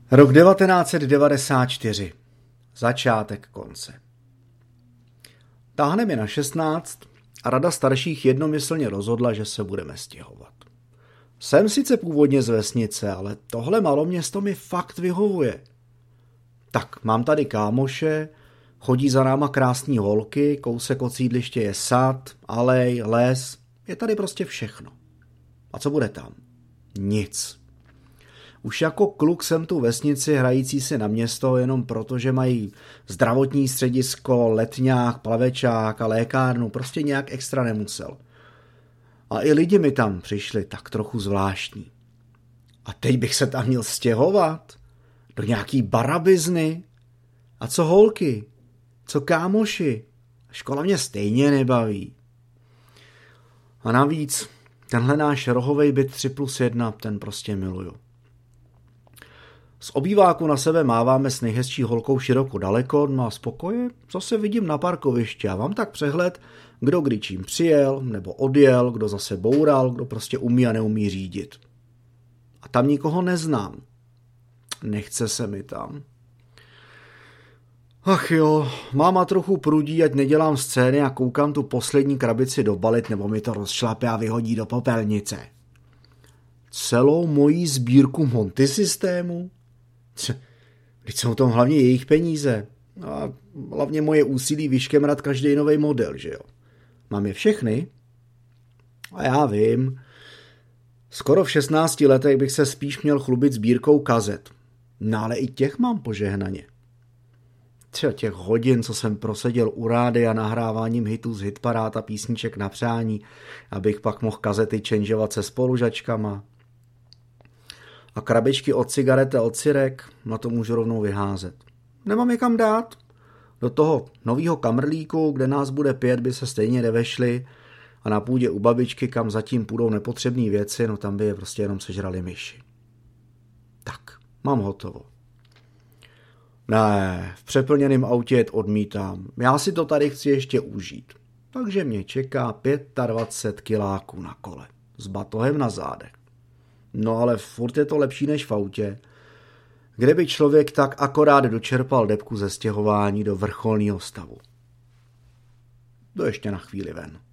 Rok 1994. Začátek konce. Táhne mi na 16 a rada starších jednomyslně rozhodla, že se budeme stěhovat. Jsem sice původně z vesnice, ale tohle maloměsto mi fakt vyhovuje. Tak, mám tady kámoše, chodí za náma krásný holky, kousek od sídliště je sad, alej, les, je tady prostě všechno. A co bude tam? Nic. Už jako kluk jsem tu vesnici hrající si na město jenom proto, že mají zdravotní středisko, letňák, plavečák a lékárnu, prostě nějak extra nemusel. A i lidi mi tam přišli tak trochu zvláštní. A teď bych se tam měl stěhovat? Do nějaký barabizny? A co holky? Co kámoši? Škola mě stejně nebaví. A navíc, tenhle náš rohovej byt 3+1, ten prostě miluju. Z obýváku na sebe máváme s nejhezčí holkou široko daleko, no a spokoje zase vidím na parkovišti a mám tak přehled, kdo kdy čím přijel nebo odjel, kdo zase boural, kdo prostě umí a neumí řídit. A tam nikoho neznám. Nechce se mi tam. Ach jo, máma trochu prudí, ať nedělám scény a koukám tu poslední krabici dobalit, nebo mi to rozšlape a vyhodí do popelnice. Celou moji sbírku Monty systému? Vždyť jsou to hlavně jejich peníze. A hlavně moje úsilí vyškemrat každý nový model, že jo? Mám je všechny? A já vím. Skoro v 16 letech bych se spíš měl chlubit sbírkou kazet. No ale i těch mám požehnaně. Těch hodin, co jsem proseděl u rádia nahráváním hitů z hitparád a písniček na přání, abych pak mohl kazety changeovat se spolužačkama. A krabičky od cigaret a od cirek, na to můžu rovnou vyházet. Nemám je kam dát. Do toho novýho kamrlíku, kde nás bude 5, by se stejně nevešli a na půdě u babičky, kam zatím půjdou nepotřebné věci, no tam by je prostě jenom sežrali myši. Tak, mám hotovo. Ne, v přeplněném autě jet odmítám. Já si to tady chci ještě užít. Takže mě čeká 25 kiláků na kole. S batohem na zádech. No ale furt je to lepší než v autě, kde by člověk tak akorát dočerpal debku ze stěhování do vrcholného stavu. To ještě na chvíli ven.